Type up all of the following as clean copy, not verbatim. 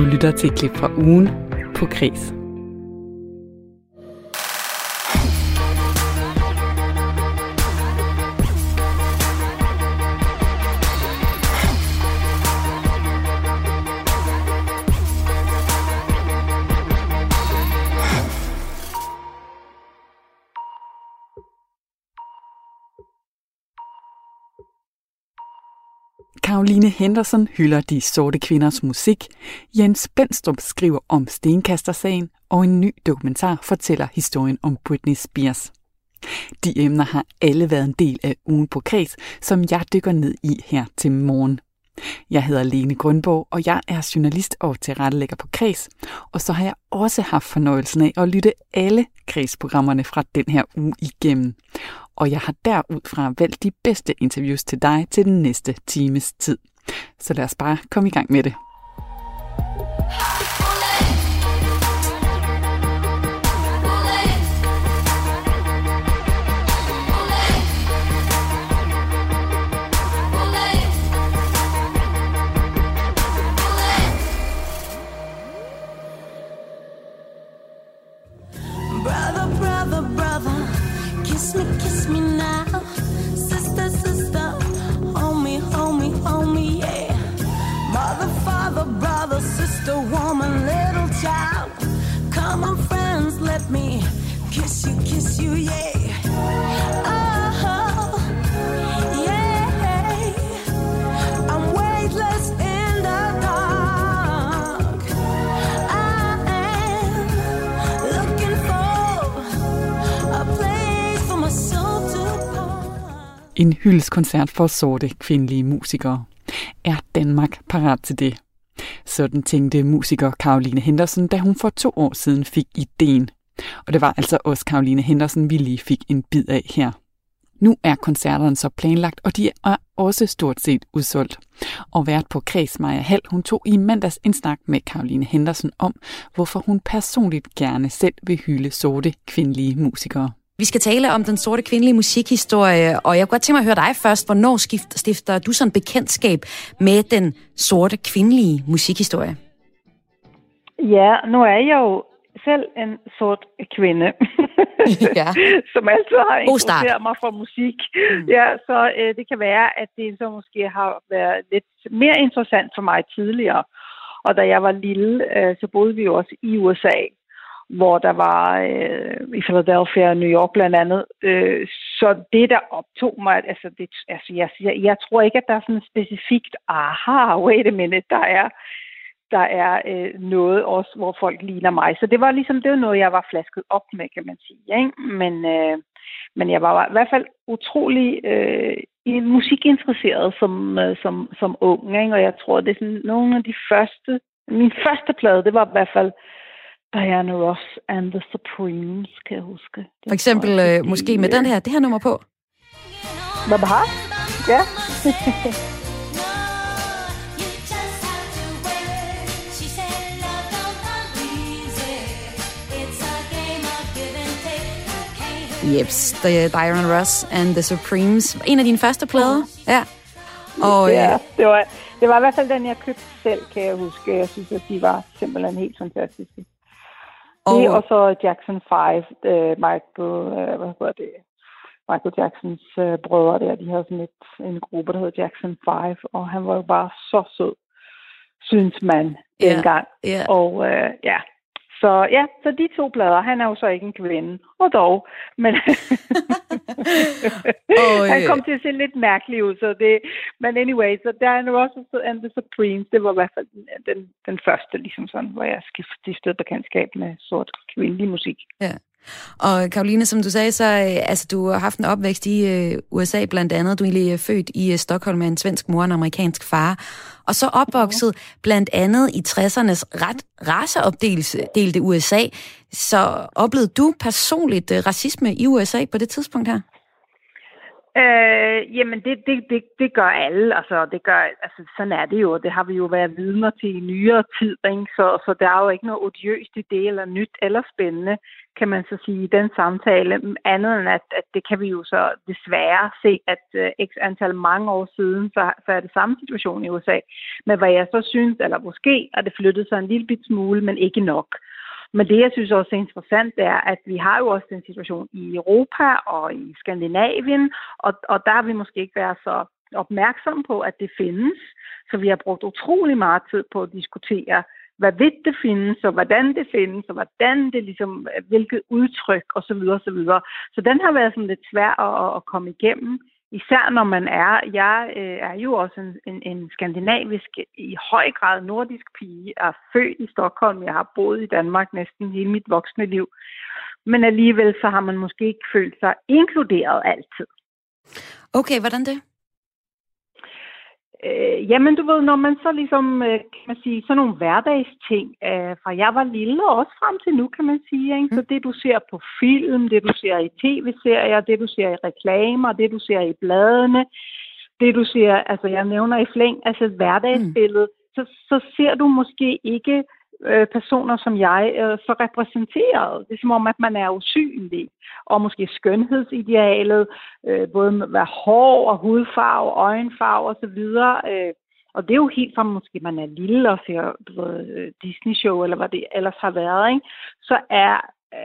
Du lytter til et klip fra ugen på Kres. Caroline Henderson hylder de sorte kvinders musik, Jens Blendstrup skriver om Stenkaster-sagen, og en ny dokumentar fortæller historien om Britney Spears. De emner har alle været en del af ugen på Kres, som jeg dykker ned i her til morgen. Jeg hedder Lene Grønborg, og jeg er journalist og tilrettelægger på Kres, og så har jeg også haft fornøjelsen af at lytte alle Kres-programmerne fra den her uge igennem. Og jeg har derudfra valgt de bedste interviews til dig til den næste times tid. Så lad os bare komme i gang med det. Kiss me now, sister, sister, hold me, yeah. Mother, father, brother, sister, woman, little child. Come on, friends, let me kiss you, yeah. Oh, yeah. I'm weightless in the dark. I am looking for a place for my soul to park. En hyldestkoncert for sorte kvindelige musikere. Er Danmark parat til det? Sådan tænkte musiker Caroline Henderson, da hun for 2 år siden fik ideen. Og det var altså også Caroline Henderson, vi lige fik en bid af her. Nu er koncerterne så planlagt, og de er også stort set udsolgt. Og vært på Kres, Maja Hall, hun tog i mandags en snak med Caroline Henderson om, hvorfor hun personligt gerne selv vil hylde sorte kvindelige musikere. Vi skal tale om den sorte kvindelige musikhistorie, og jeg kunne godt tænke mig at høre dig først. Hvornår stifter du sådan bekendtskab med den sorte kvindelige musikhistorie? Ja, nu er jeg jo selv en sort kvinde, Ja. som altid har interesseret mig for musik. Ja, så det kan være, at det så måske har været lidt mere interessant for mig tidligere. Og da jeg var lille, så boede vi jo også i USA, hvor der var i Philadelphia og New York blandt andet. Så det, der optog mig, jeg tror ikke, at der er sådan specifikt, wait a minute, der er noget også, hvor folk ligner mig. Så det var noget, jeg var flasket op med, kan man sige. Ikke? Men jeg var i hvert fald utrolig musikinteresseret som ung. Ikke? Og jeg tror, det er sådan nogle af de første. Min første plade, det var i hvert fald Diana Ross and the Supremes, kan jeg huske. For eksempel måske med det her nummer på. Hvad har? Ja. Jeps, Diana Ross and the Supremes. En af dine første plader? Ja. Og, ja, det var i hvert fald den, jeg købte selv, kan jeg huske. Jeg synes, at de var simpelthen helt fantastiske. Og så Jackson 5, Michael Jacksons brødre der, de havde sådan en gruppe, der hed Jackson 5, og han var jo bare så sød, synes man dengang. Yeah. Og så de 2 plader, han er jo så ikke en kvinde, og dog, men han kom til at se lidt mærkelig ud, men anyway, så Diana Ross and the Supremes, det var i hvert fald den første, ligesom sådan, hvor jeg stiftede bekendtskab med sort kvindelig musik. Ja. Og Caroline, som du sagde, så du har haft en opvækst i USA blandt andet. Du er egentlig født i Stockholm med en svensk mor og en amerikansk far. Og så opvokset blandt andet i 60'ernes ret raceopdelte USA. Så oplevede du personligt racisme i USA på det tidspunkt her? Jamen, det gør alle. Altså, sådan er det jo. Det har vi jo været vidner til i nyere tid, ikke? Så der er jo ikke noget odiøst i det, eller nyt eller spændende, kan man så sige, i den samtale. Andet end, at det kan vi jo så desværre se, at x antal mange år siden, så er det samme situation i USA. Men hvad jeg så synes, eller måske er det flyttet sig en lille bit smule, men ikke nok. Men det, jeg synes også er interessant, er, at vi har jo også den situation i Europa og i Skandinavien, og der har vi måske ikke været så opmærksomme på, at det findes. Så vi har brugt utrolig meget tid på at diskutere, hvad vidt det findes, og hvordan det findes, og hvordan det ligesom, hvilket udtryk, osv. osv. Så den har været sådan lidt svær at komme igennem. Især når man jeg er jo også en skandinavisk, i høj grad nordisk pige, er født i Stockholm, jeg har boet i Danmark næsten hele mit voksne liv. Men alligevel så har man måske ikke følt sig inkluderet altid. Okay, hvordan det? Jamen, du ved, når man så ligesom, kan man sige, sådan nogle hverdagsting, fra jeg var lille og også frem til nu, kan man sige, ikke? Så det, du ser på film, det, du ser i tv-serier, det, du ser i reklamer, det, du ser i bladene, det, du ser, altså jeg nævner i flæng, altså et hverdagsbillede, så ser du måske ikke personer som jeg så repræsenteret. Det er som om, at man er usynlig. Og måske skønhedsidealet, både med hår og hudfarve, øjenfarve osv. Og det er jo helt fra måske man er lille og ser Disney-show, eller hvad det ellers har været, ikke? Så er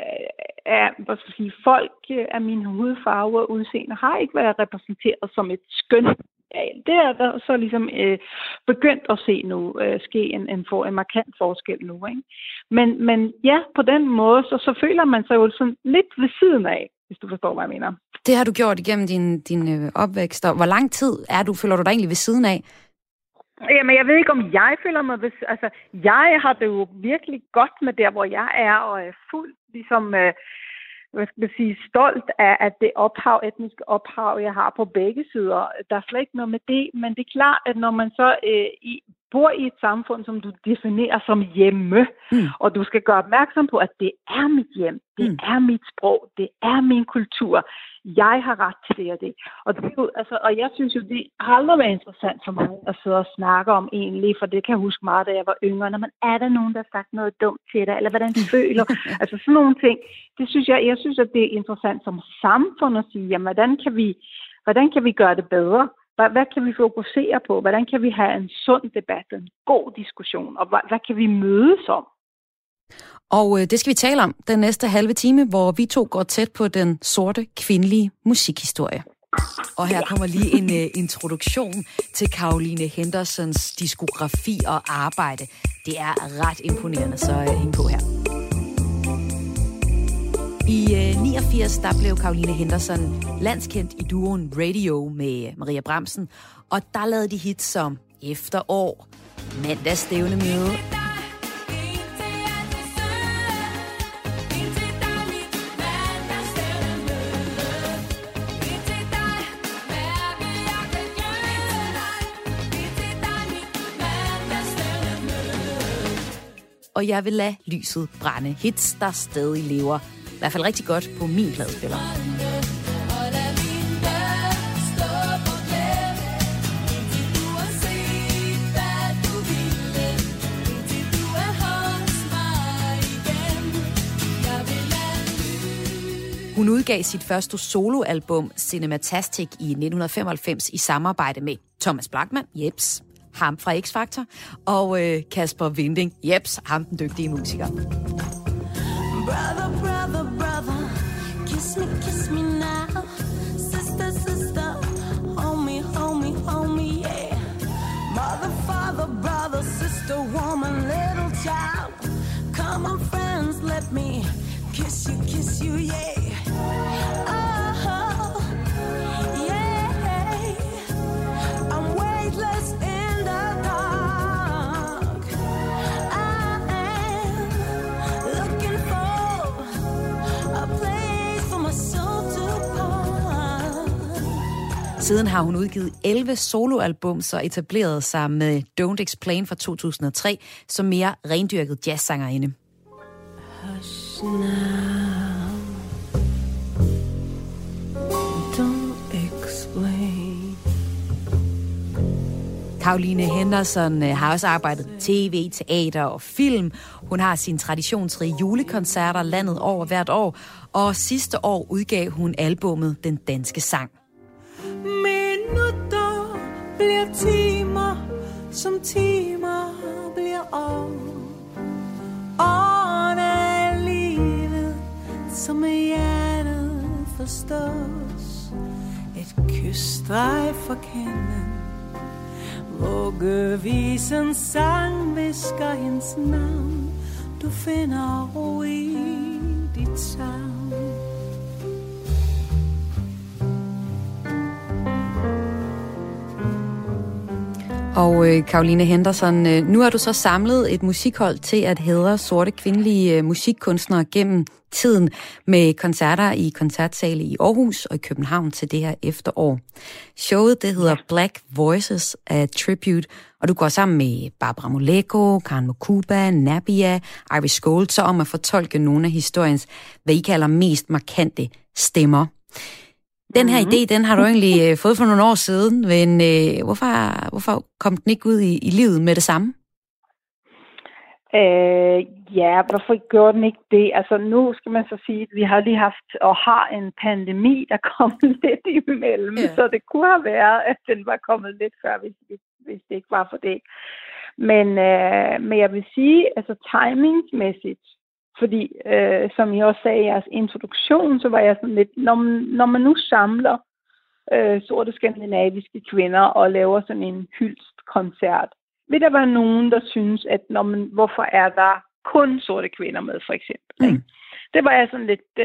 hvad skal jeg sige, folk af min hudfarve og udseende har ikke været repræsenteret som et skønhedsideal. Det er der så ligesom begyndt at se nu ske en markant forskel nu, ikke? Men ja, på den måde, så føler man sig jo sådan lidt ved siden af, hvis du forstår, hvad jeg mener. Det har du gjort igennem din opvækst. Hvor lang tid føler du dig egentlig ved siden af? Jamen, jeg ved ikke, om jeg føler mig ved... Altså, jeg har det jo virkelig godt med der, hvor jeg er, og er fuldt ligesom... hvad skal jeg sige, stolt af det etniske ophav, jeg har på begge sider. Der er slet ikke noget med det, men det er klart, at når man så bor i et samfund, som du definerer som hjemme, og du skal gøre opmærksom på, at det er mit hjem, det er mit sprog, det er min kultur, jeg har ret til det og det. Og, det er jo, altså, og jeg synes jo, det har aldrig været interessant for mig at sidde og snakke om egentlig, for det kan jeg huske meget, da jeg var yngre. Når man er der nogen, der har sagt noget dumt til dig, eller hvordan du føler, altså sådan nogle ting. Det synes jeg synes, at det er interessant som samfund at sige, jamen, hvordan kan vi gøre det bedre? Hvad kan vi fokusere på? Hvordan kan vi have en sund debat, en god diskussion, og hvad kan vi mødes om? Og det skal vi tale om den næste halve time, hvor vi to går tæt på den sorte kvindelige musikhistorie. Og her kommer lige en introduktion til Caroline Hendersons diskografi og arbejde. Det er ret imponerende, så hæng på her. I 89 der blev Caroline Henderson landskendt i duoen Radio med Maria Bramsen, og der lavede de hits som Efterår, Mandagsstævnemøde, og Jeg vil lade lyset brænde. Hits, der stadig lever. I hvert fald rigtig godt på min pladespiller. Hun udgav sit første soloalbum Cinematastic i 1995 i samarbejde med Thomas Blachman, jeps, ham fra X-Factor, og Kasper Winding, jeps, ham den dygtige musiker. Brother, brother, brother, kiss me now. Sister, sister, hold me, yeah. Mother, father, brother, sister, woman, little child. Come on, friends, let me kiss you, yeah. Oh, yeah. I'm weightless in the dark. I am looking for a place for my soul to pour. Siden har hun udgivet 11 soloalbums og etableret sig med Don't Explain fra 2003 som mere rendyrket jazzsangerinde. Hush now, don't explain. Caroline Henderson har også arbejdet på tv, teater og film. Hun har sine traditionsrige julekoncerter landet over hvert år, og sidste år udgav hun albummet Den Danske Sang. Minutter bliver timer, som timer bliver år. Årene er livet, som med hjertet forstås. Et kys dig for kenden, vuggevisens sang visker hendes navn. Du finder ro i dit savn. Og Caroline Henderson, nu har du så samlet et musikhold til at hædre sorte kvindelige musikkunstnere gennem tiden med koncerter i koncertsale i Aarhus og i København til det her efterår. Showet, det hedder Black Voices A Tribute, og du går sammen med Barbara Moleko, Karen Mokuba, Nabia, Iris Gold, så om at fortolke nogle af historiens, hvad I kalder mest markante stemmer. Den her idé, den har du egentlig fået for nogle år siden, men hvorfor kom den ikke ud i livet med det samme? Ja, hvorfor gjorde den ikke det? Altså nu skal man så sige, at vi har lige haft og har en pandemi, der kom lidt imellem, så det kunne have været, at den var kommet lidt før, hvis det ikke var for det. Men jeg vil sige, altså timingsmæssigt, fordi, som I også sagde i jeres introduktion, så var jeg sådan lidt, når man nu samler sorte skandinaviske kvinder og laver sådan en hyldstkoncert, vil der være nogen, der synes, at hvorfor er der kun sorte kvinder med, for eksempel? Ikke? Det var jeg sådan lidt,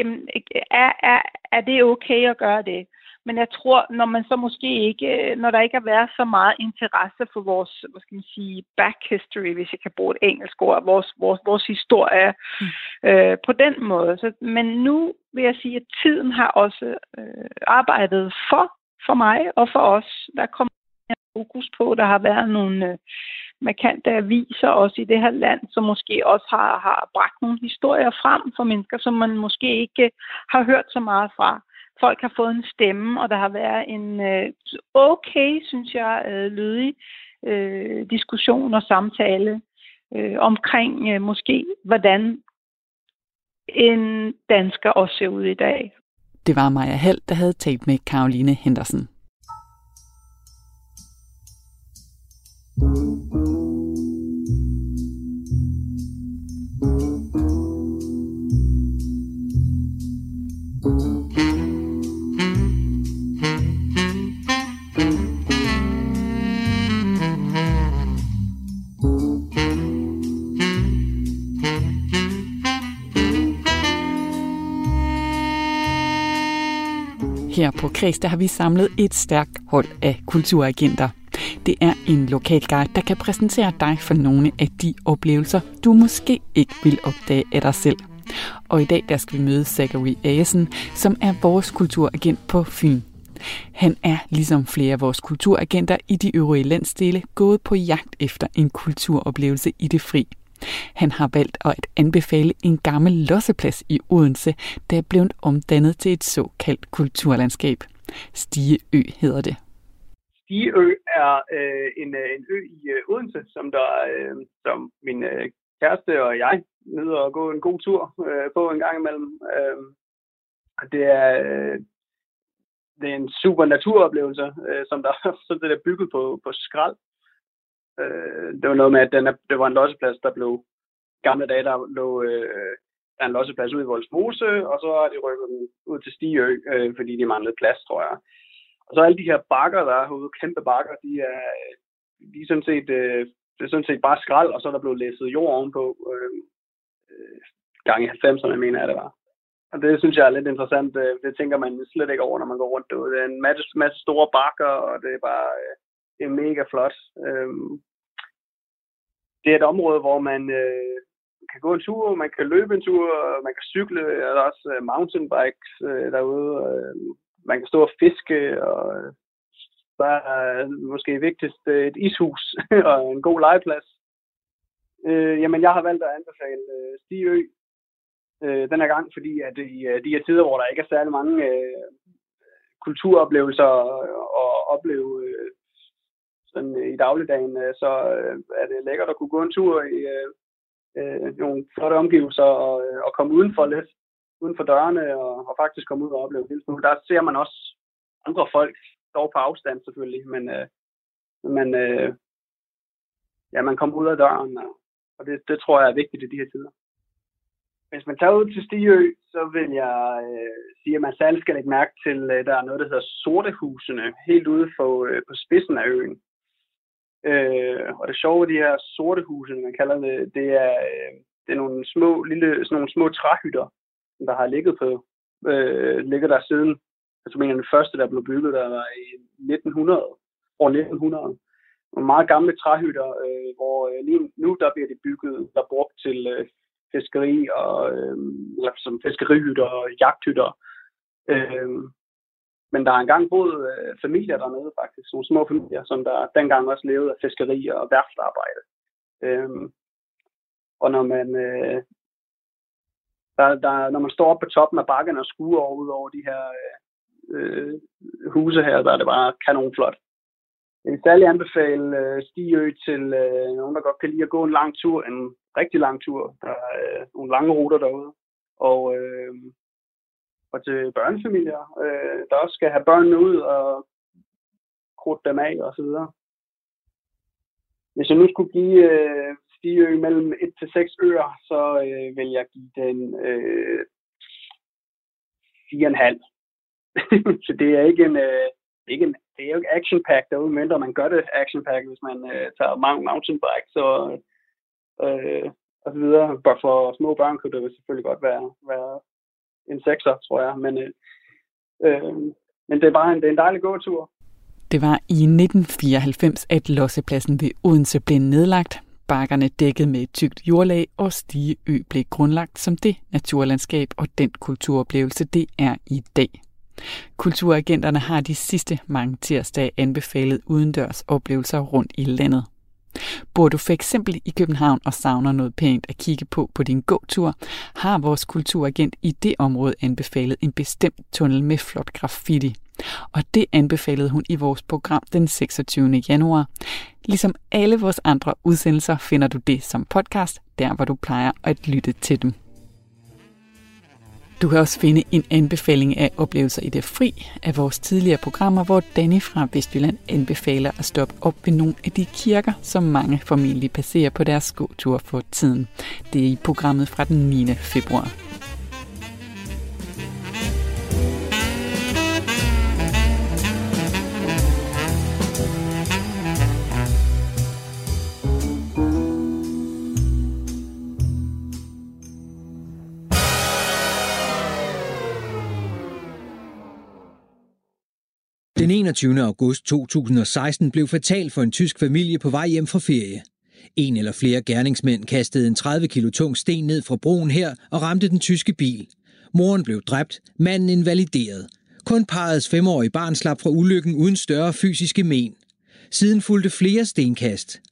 er det okay at gøre det? Men jeg tror, når man så måske ikke, når der ikke har været så meget interesse for vores, hvad skal man sige, back history, hvis jeg kan bruge et engelsk ord, vores historie på den måde. Men nu vil jeg sige, at tiden har også arbejdet for mig og for os. Der kommer fokus på, der har været nogle markante aviser også i det her land, som måske også har bragt nogle historier frem for mennesker, som man måske ikke har hørt så meget fra. Folk har fået en stemme, og der har været en okay, synes jeg, lydig diskussion og samtale omkring måske, hvordan en dansker også ser ud i dag. Det var Maja Hall, der havde talt med Caroline Henderson. Her på Kreds, der har vi samlet et stærkt hold af kulturagenter. Det er en lokal guide, der kan præsentere dig for nogle af de oplevelser, du måske ikke vil opdage af dig selv. Og i dag, der skal vi møde Zachary Asen, som er vores kulturagent på Fyn. Han er, ligesom flere af vores kulturagenter i de øvrige landsdele, gået på jagt efter en kulturoplevelse i det fri. Han har valgt at anbefale en gammel losseplads i Odense, der er blevet omdannet til et såkaldt kulturlandskab. Stigeø hedder det. Stigeø er en ø i Odense, som min kæreste og jeg nyder at gå en god tur på en gang imellem. Det er en super naturoplevelse, som der sådan er bygget på skrald. Det var noget med, at det var en losseplads, der blev gamle dage, der lå der en losseplads ud i Vollsmose, og så har de rykket den ud til Stigeø, fordi de manglede plads, tror jeg. Og så alle de her bakker, der er herude, kæmpe bakker, de er sådan set, det er sådan set bare skrald, og så er der blevet læsset jord ovenpå gang i 90'erne, mener jeg, det var. Og det synes jeg er lidt interessant. Det tænker man slet ikke over, når man går rundt derude. Det er en masse store bakker, og det er bare det er mega flot. Det er et område, hvor man kan gå en tur, man kan løbe en tur, man kan cykle, og der er også mountainbikes derude. Man kan stå og fiske, og der er måske vigtigst et ishus og en god legeplads. Jamen, jeg har valgt at anbefale Stigeø den her gang, fordi at i de her tider, hvor der ikke er særlig mange kulturoplevelser og opleve sådan, i dagligdagen, så er det lækkert at kunne gå en tur i nogle flotte omgivelser og komme udenfor lidt, uden for dørene og faktisk komme ud og opleve det. Der ser man også andre folk, dog på afstand selvfølgelig, men man kommer ud af døren, og det tror jeg er vigtigt i de her tider. Hvis man tager ud til Stiø, så vil jeg sige, at man særligt skal lægge mærke til, der er noget, der hedder Sortehusene, helt ude på spidsen af øen. Og det sjove ved de her Sortehuse, man kalder det er nogle små træhytter, der har ligget ligger der siden, altså den første, der blev bygget, der var i 1900. Nogle meget gamle træhytter, hvor lige nu der bliver de bygget, der brugt til fiskeri og som fiskerihytter og jagthytter. Men der har engang boet familier dernede faktisk, nogle små familier, som der dengang også levede af fiskeri og værftarbejde. Og når man står oppe på toppen af bakken og skuer ud over de her huse her, der er det bare kanonflot. Jeg vil særlig anbefale Stiø til nogen, der godt kan lide at gå en lang tur, en rigtig lang tur. Der er nogle lange ruter derude. Og til børnefamilier, der også skal have børnene ud og krudte dem af og så videre. Hvis jeg nu skulle give Stiø mellem 1 til 6 øer, så vil jeg give den 4,5. Så det er ikke det er jo ikke action-pack derude, mindre man gør det action-pack, hvis man tager mountainbikes og så videre. Bare for små børn kunne det selvfølgelig godt være en 6'er, tror jeg. Men det er en dejlig gåtur. Det var i 1994, at lossepladsen ved Odense blev nedlagt. Bakkerne dækket med et tykt jordlag, og Stiø blev grundlagt som det naturlandskab og den kulturoplevelse, det er i dag. Kulturagenterne har de sidste mange tirsdage anbefalet udendørs oplevelser rundt i landet. Bor du for eksempel i København og savner noget pænt at kigge på din gåtur, har vores kulturagent i det område anbefalet en bestemt tunnel med flot graffiti. Og det anbefalede hun i vores program den 26. januar. Ligesom alle vores andre udsendelser finder du det som podcast, der hvor du plejer at lytte til dem. Du kan også finde en anbefaling af oplevelser i det fri af vores tidligere programmer, hvor Danny fra Vestjylland anbefaler at stoppe op ved nogle af de kirker, som mange formentlig passerer på deres gåtur for tiden. Det er i programmet fra den 9. februar. Den 21. august 2016 blev fatal for en tysk familie på vej hjem fra ferie. En eller flere gerningsmænd kastede en 30 kilo tung sten ned fra broen her og ramte den tyske bil. Moren blev dræbt, manden invalideret. Kun parrets 5-årige barn slap fra ulykken uden større fysiske men. Siden fulgte flere stenkast.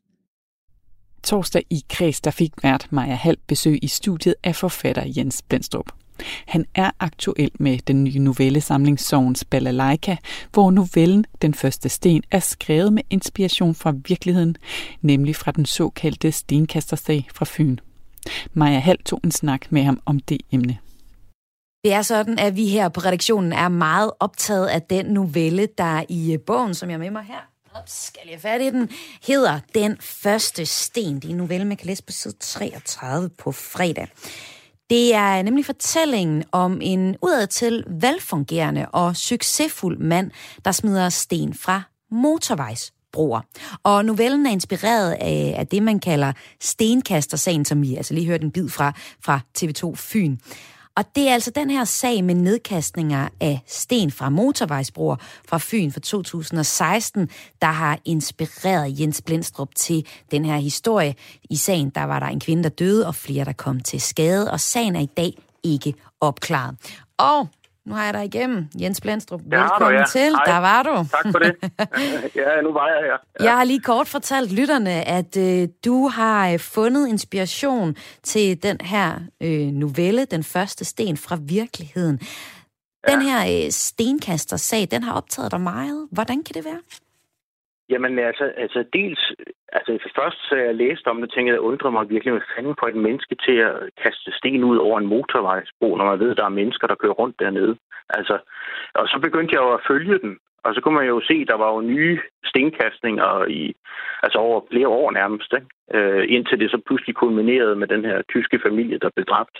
Torsdag i Kreds, der fik vært Maja Hall besøg i studiet af forfatter Jens Blendstrup. Han er aktuel med den nye novellesamling Sorgens Balalaika, hvor novellen Den første sten er skrevet med inspiration fra virkeligheden, nemlig fra den såkaldte stenkastersag fra Fyn. Maja Hall tog en snak med ham om det emne. Det er sådan, at vi her på redaktionen er meget optaget af den novelle, der i bogen, som jeg har med mig her, skal jeg fat i den, hedder Den første sten. Det er en novelle, man kan læse på side 33 på fredag. Det er nemlig fortællingen om en udadtil velfungerende og succesfuld mand, der smider sten fra motorvejsbroer. Og novellen er inspireret af det, man kalder stenkastersagen, som vi altså lige hørte en bid fra TV2 Fyn. Og det er altså den her sag med nedkastninger af sten fra motorvejsbroer fra Fyn fra 2016, der har inspireret Jens Blendstrup til den her historie. I sagen der var der en kvinde, der døde, og flere, der kom til skade, og sagen er i dag ikke opklaret. Og nu har jeg dig igennem. Jens Blendstrup, velkommen til. Hej. Der var du. Tak for det. Ja, nu var jeg her. Ja. Jeg har lige kort fortalt lytterne, at du har fundet inspiration til den her novelle, Den første sten fra virkeligheden. Ja. Den her stenkastersag, den har optaget dig meget. Hvordan kan det være? Jamen altså dels, først så jeg læste om det, tænkte jeg, undrer mig virkelig, hvad fanden får et menneske til at kaste sten ud over en motorvejsbro, når man ved, at der er mennesker, der kører rundt dernede. Altså, og så begyndte jeg jo at følge den, og så kunne man jo se, at der var jo nye stenkastninger over flere år nærmest, ikke? Indtil det så pludselig kulminerede med den her tyske familie, der blev dræbt.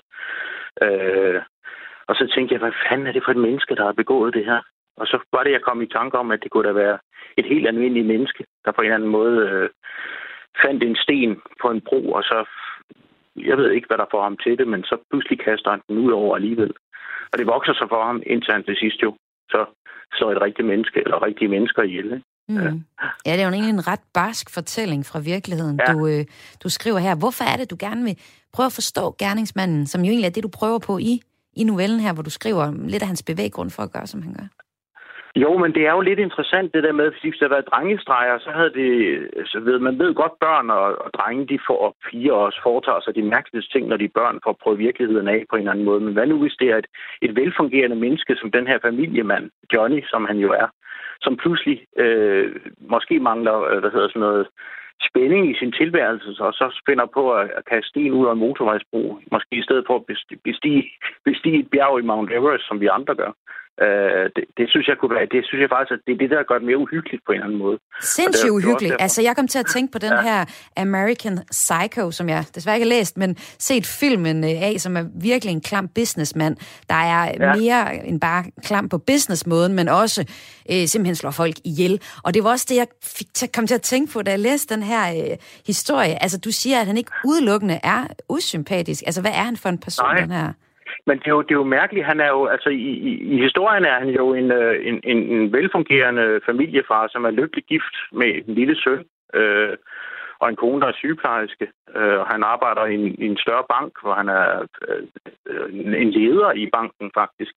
Og så tænkte jeg, hvad fanden er det for et menneske, der har begået det her? Og så var det, jeg kom i tanke om, at det kunne da være et helt almindeligt menneske, der på en eller anden måde fandt en sten på en bro, og så, jeg ved ikke, hvad der får ham til det, men så pludselig kaster han den ud over alligevel. Og det vokser så for ham, indtil han til sidst jo så slår et rigtigt menneske, eller rigtige mennesker ihjel. Ja, det er jo egentlig en ret barsk fortælling fra virkeligheden, ja. Du skriver her. Hvorfor er det, du gerne vil prøve at forstå gerningsmanden, som jo egentlig er det, du prøver på i novellen her, hvor du skriver lidt af hans bevæggrund for at gøre, som han gør? Jo, men det er jo lidt interessant det der med, fordi hvis der havde været drengestreger, så havde det, man ved godt, børn og drenge, de får piger også foretager sig de mærkeligste ting, når de børn får prøvet virkeligheden af på en eller anden måde. Men hvad nu, hvis det er et velfungerende menneske, som den her familiemand, Johnny, som han jo er, som pludselig måske mangler, spænding i sin tilværelse, og så finder på at kaste sten ud af en motorvejsbro, måske i stedet for at bestige et bjerg i Mount Everest, som vi andre gør. Det synes jeg kunne være, det synes jeg faktisk, at det er det, der gør det mere uhyggeligt på en eller anden måde. Sindssygt uhyggeligt. Altså, jeg kom til at tænke på den her American Psycho, som jeg desværre ikke har læst, men set filmen af, som er virkelig en klam businessmand. Der er mere end bare klam på businessmåden, men også simpelthen slår folk ihjel. Og det var også det, jeg kom til at tænke på, da jeg læste den her historie. Altså, du siger, at han ikke udelukkende er usympatisk. Altså, hvad er han for en person, den her? Men det er jo mærkeligt. Han er jo, altså i historien er han jo en velfungerende familiefar, som er lykkelig gift med en lille søn og en kone, der er sygeplejerske. Og han arbejder i en større bank, hvor han er en leder i banken faktisk.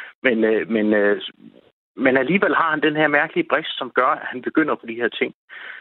Men alligevel har han den her mærkelige brist, som gør, at han begynder på de her ting.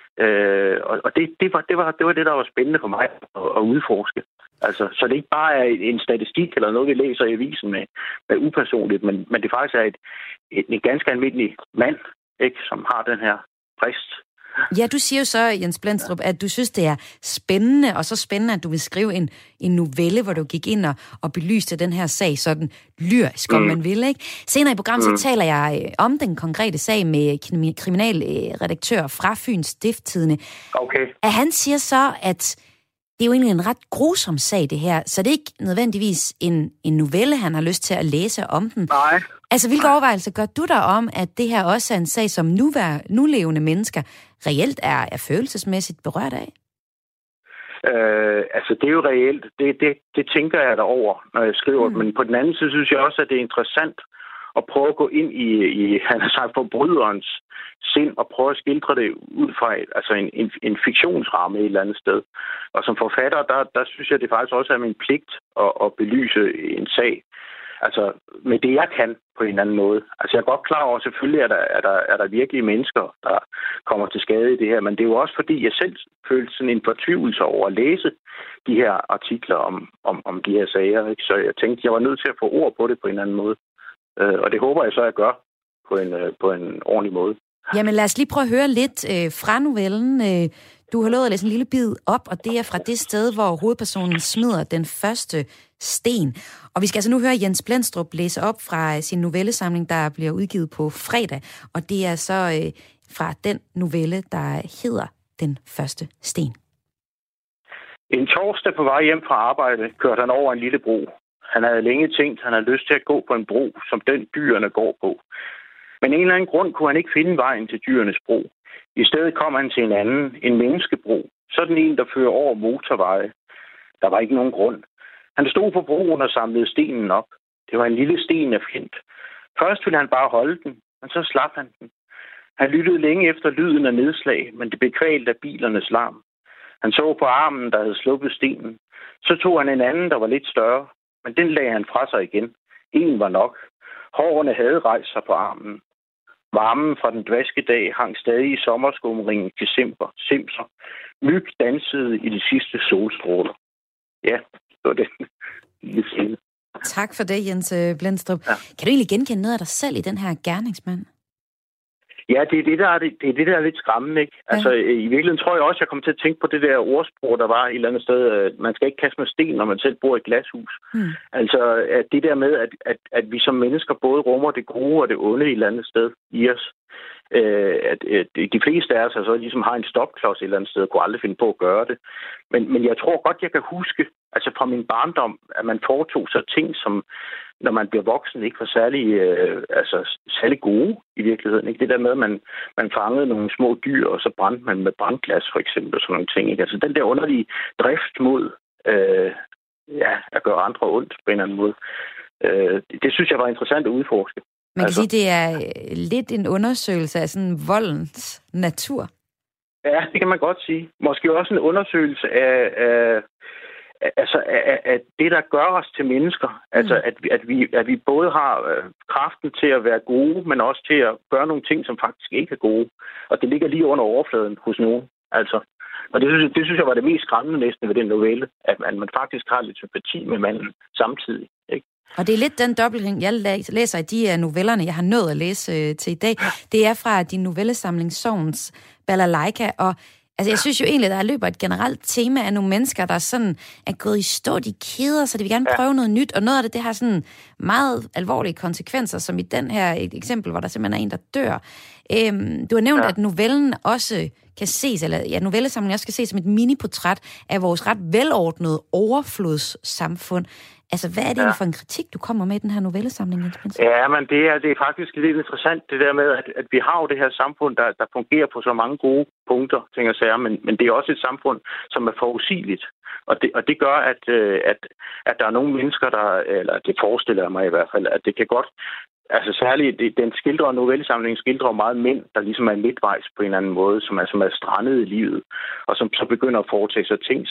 Og det var det, der var spændende for mig at udforske. Altså, så det ikke bare er en statistik eller noget, vi læser i avisen med upersonligt, men det faktisk er en ganske almindelig mand, ikke, som har den her brist. Ja, du siger jo så, Jens Blendstrup, at du synes, det er spændende, og så spændende, at du vil skrive en novelle, hvor du gik ind og belyste den her sag sådan lyrisk, om man vil, ikke? Senere i programmet, så taler jeg om den konkrete sag med kriminalredaktør fra Fyns Stiftstidende. Okay. At han siger så, at det er jo egentlig en ret grusom sag, det her, så det er ikke nødvendigvis en novelle, han har lyst til at læse om den. Nej. Altså, hvilke overvejelser gør du der om, at det her også er en sag, som nulevende mennesker reelt er følelsesmæssigt berørt af? Altså, det er jo reelt. Det tænker jeg derover, når jeg skriver. Men på den anden side synes jeg også, at det er interessant at prøve at gå ind i han har sagt, forbryderens sind og prøve at skildre det ud fra en fiktionsramme et eller andet sted. Og som forfatter, der synes jeg, det faktisk også er min pligt at belyse en sag. Altså, med det, jeg kan på en eller anden måde. Altså, jeg er godt klar over, selvfølgelig er der virkelige mennesker, der kommer til skade i det her, men det er jo også fordi, jeg selv følte sådan en fortvivlelse over at læse de her artikler om de her sager. Ikke? Så jeg tænkte, jeg var nødt til at få ord på det på en eller anden måde. Og det håber jeg så, at jeg gør på en ordentlig måde. Jamen lad os lige prøve at høre lidt fra novellen. Du har lovet at læse en lille bid op, og det er fra det sted, hvor hovedpersonen smider den første sten. Og vi skal altså nu høre Jens Blendstrup læse op fra sin novellesamling, der bliver udgivet på fredag. Og det er så fra den novelle, der hedder Den første sten. En torsdag på vej hjem fra arbejde kørte han over en lille bro. Han havde længe tænkt, at han havde lyst til at gå på en bro, som den dyrene går på. Men en eller anden grund kunne han ikke finde vejen til dyrenes bro. I stedet kom han til en menneskebro. Sådan en, der fører over motorveje. Der var ikke nogen grund. Han stod på broen og samlede stenen op. Det var en lille sten af flint. Først ville han bare holde den, men så slap han den. Han lyttede længe efter lyden af nedslag, men det blev kvalt af bilernes larm. Han så på armen, der havde sluppet stenen. Så tog han en anden, der var lidt større, men den lagde han fra sig igen. En var nok. Hårene havde rejst sig på armen. Varmen fra den dvaske dag hang stadig i sommerskumringen til simser. Myg dansede i de sidste solstråler. Ja, det var det. Tak for det, Jens Blendstrup. Ja. Kan du egentlig genkende noget af dig selv i den her gerningsmand? Ja, det er det, der er lidt skræmmende, ikke? Ja. Altså, i virkeligheden tror jeg også, jeg kommer til at tænke på det der ordsprog, der var et eller andet sted. Man skal ikke kaste med sten, når man selv bor i et glashus. Altså, at det der med, at vi som mennesker både rummer det gode og det onde et eller andet sted i os. At de fleste af os altså ligesom har en stopklods et eller andet sted og kunne aldrig finde på at gøre det. Men jeg tror godt, jeg kan huske, altså fra min barndom, at man foretog så ting, som når man bliver voksen, ikke var særlig gode i virkeligheden. Ikke? Det der med, at man fangede nogle små dyr, og så brændte man med brandglas for eksempel, og sådan nogle ting. Ikke? Altså den der underlige drift mod at gøre andre ondt på en eller anden måde, det synes jeg var interessant at udforske. Man kan sige, det er lidt en undersøgelse af sådan voldens natur. Ja, det kan man godt sige. Måske også en undersøgelse af det, der gør os til mennesker. Altså, at vi både har kraften til at være gode, men også til at gøre nogle ting, som faktisk ikke er gode. Og det ligger lige under overfladen hos nogen. Altså, og det synes jeg var det mest skræmmende næsten ved den novelle, at man faktisk har lidt sympati med manden samtidig, ikke? Og det er lidt den dobbeltring, jeg læser i de novellerne, jeg har nået at læse til i dag. Det er fra din novellesamling Sovens Balalaika, og altså, jeg synes jo egentlig, der løber et generelt tema af nogle mennesker, der sådan er gået i stå, de keder, så de vil gerne prøve noget nyt, og noget af det har sådan meget alvorlige konsekvenser, som i den her et eksempel, hvor der simpelthen er en, der dør. Du har nævnt, at novellen også kan ses, eller novellesamlingen også kan ses som et miniportræt af vores ret velordnede overflodssamfund. Altså, hvad er det for en kritik, du kommer med i den her novellesamling, Jens Blendstrup? Ja, men det er faktisk lidt interessant, det der med, at vi har jo det her samfund, der fungerer på så mange gode punkter, ting og sager, men det er også et samfund, som er forudsigeligt. Og det gør, at der er nogle mennesker, eller det forestiller jeg mig i hvert fald, at det kan godt, altså særligt, den novellesamlingen skildrer meget mænd, der ligesom er midtvejs på en eller anden måde, som er strandet i livet, og som så begynder at foretage sig ting,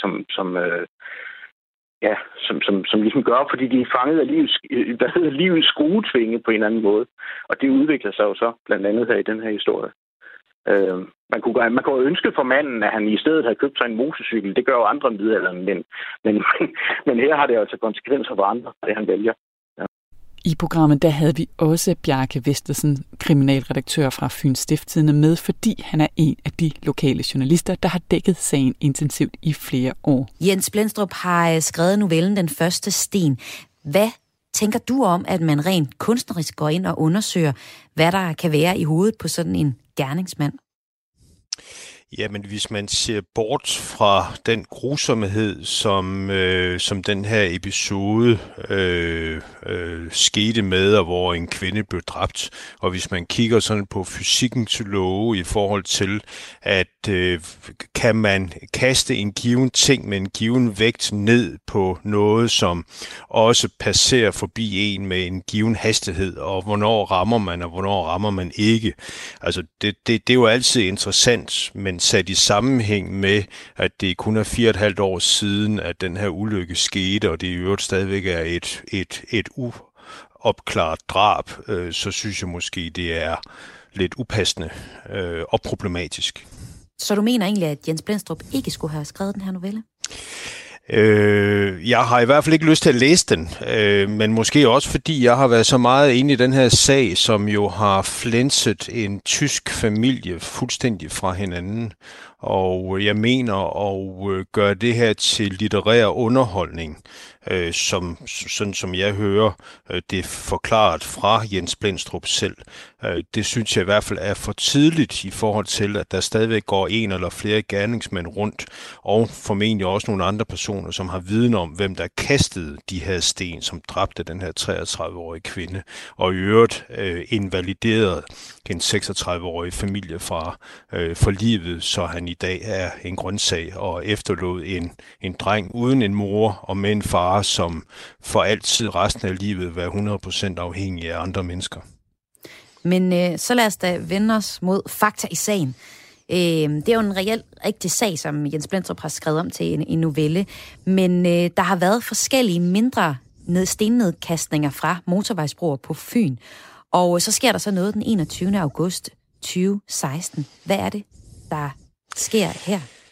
som ligesom gør, fordi de er fanget af livets skruetvinge på en eller anden måde. Og det udvikler sig jo så blandt andet her i den her historie. Man kunne jo ønske for manden, at han i stedet havde købt sig en motorcykel. Det gør jo andre middelalderen, men her har det altså konsekvenser for andre, det han vælger. I programmet der havde vi også Bjarke Vestersen, kriminalredaktør fra Fyens Stiftstidende, med, fordi han er en af de lokale journalister, der har dækket sagen intensivt i flere år. Jens Blendstrup har skrevet novellen Den første sten. Hvad tænker du om, at man rent kunstnerisk går ind og undersøger, hvad der kan være i hovedet på sådan en gerningsmand? Jamen, hvis man ser bort fra den grusomhed, som den her episode skete med, og hvor en kvinde blev dræbt, og hvis man kigger sådan på fysikkens love i forhold til, at kan man kaste en given ting med en given vægt ned på noget, som også passerer forbi en med en given hastighed, og hvornår rammer man, og hvornår rammer man ikke. Altså, det er jo altid interessant, men sat i sammenhæng med, at det kun er 4,5 år siden, at den her ulykke skete, og det i øvrigt stadigvæk er et uopklaret drab, så synes jeg måske, det er lidt upassende og problematisk. Så du mener egentlig, at Jens Blendstrup ikke skulle have skrevet den her novelle? Jeg har i hvert fald ikke lyst til at læse den, men måske også fordi jeg har været så meget inde i den her sag, som jo har flænset en tysk familie fuldstændig fra hinanden. Og jeg mener at gøre det her til litterær underholdning, sådan som jeg hører det forklaret fra Jens Blendstrup selv. Det synes jeg i hvert fald er for tidligt i forhold til, at der stadigvæk går en eller flere gerningsmænd rundt, og formentlig også nogle andre personer, som har viden om, hvem der kastede de her sten, som dræbte den her 33-årige kvinde, og i øvrigt invaliderede en 36-årig familiefar for livet, så han i dag er en grøntsag og efterlod en dreng uden en mor og med en far, som for altid resten af livet vil være 100% afhængig af andre mennesker. Men så lad os da vende os mod fakta i sagen. Det er jo en reelt rigtig sag, som Jens Blendstrup har skrevet om til en novelle, men der har været forskellige mindre stennedkastninger fra motorvejsbroer på Fyn, og så sker der så noget den 21. august 2016. Hvad er det, der sker her?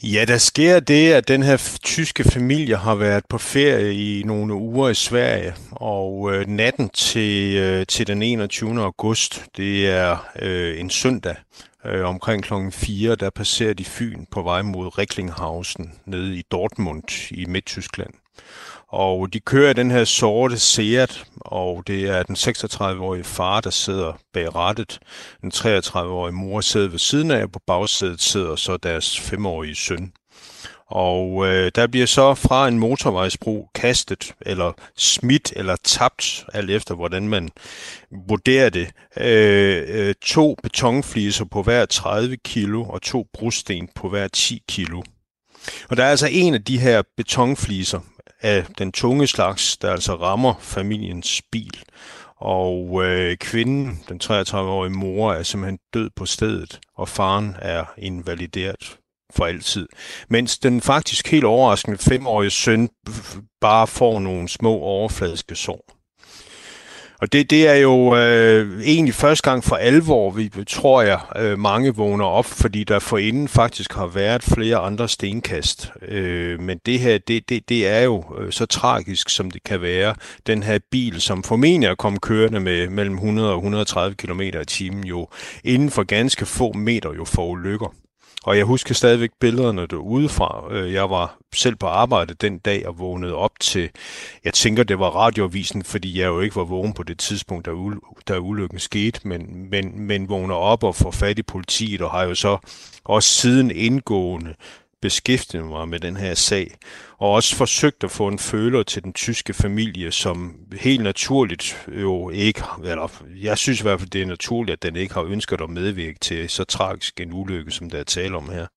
Ja, der sker det, at den her tyske familie har været på ferie i nogle uger i Sverige, og natten til den 21. august, det er en søndag, omkring klokken 4, der passerer de Fyn på vej mod Recklinghausen nede i Dortmund i Midttyskland. Og de kører den her sorte Seat, og det er den 36-årige far, der sidder bag rattet. Den 33-årige mor sidder ved siden af, og på bagsædet sidder så deres 5-årige søn. Og der bliver så fra en motorvejsbro kastet, eller smidt, eller tabt, alt efter hvordan man vurderer det, 2 betonfliser på hver 30 kilo, og 2 brosten på hver 10 kilo. Og der er altså en af de her betonfliser, af den tunge slags, der altså rammer familiens bil. Og kvinden, den 33-årige mor, er simpelthen død på stedet, og faren er invalideret for altid. Mens den faktisk helt overraskende 5-årige søn bare får nogle små overfladiske sår. Og det er jo egentlig første gang for alvor, vi tror jeg, mange vågner op, fordi der forinden faktisk har været flere andre stenkast. Men det her, det er jo så tragisk, som det kan være. Den her bil, som formentlig er kommet kørende med mellem 100 og 130 km i timen, jo inden for ganske få meter jo får ulykker. Og jeg husker stadigvæk billederne derudefra. Jeg var selv på arbejde den dag og vågnede op til, jeg tænker det var radioavisen, fordi jeg jo ikke var vågen på det tidspunkt, da ulykken skete, men vågner op og får fat i politiet og har jo så også siden indgående beskæftiget mig med den her sag, og også forsøgt at få en føler til den tyske familie, som helt naturligt jo ikke, eller jeg synes i hvert fald, det er naturligt, at den ikke har ønsket at medvirke til så tragisk en ulykke, som der er tale om her.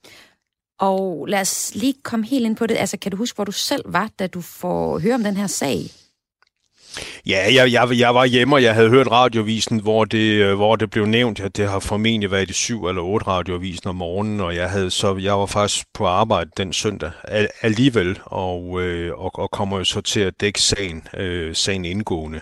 Og lad os lige komme helt ind på det. Altså, kan du huske, hvor du selv var, da du får høre om den her sag? Ja, jeg var hjemme, og jeg havde hørt radioavisen, hvor det blev nævnt, at det har formentlig været i 7 eller 8 radioavisen om morgenen, og jeg var faktisk på arbejde den søndag alligevel, og kommer jo så til at dække sagen indgående.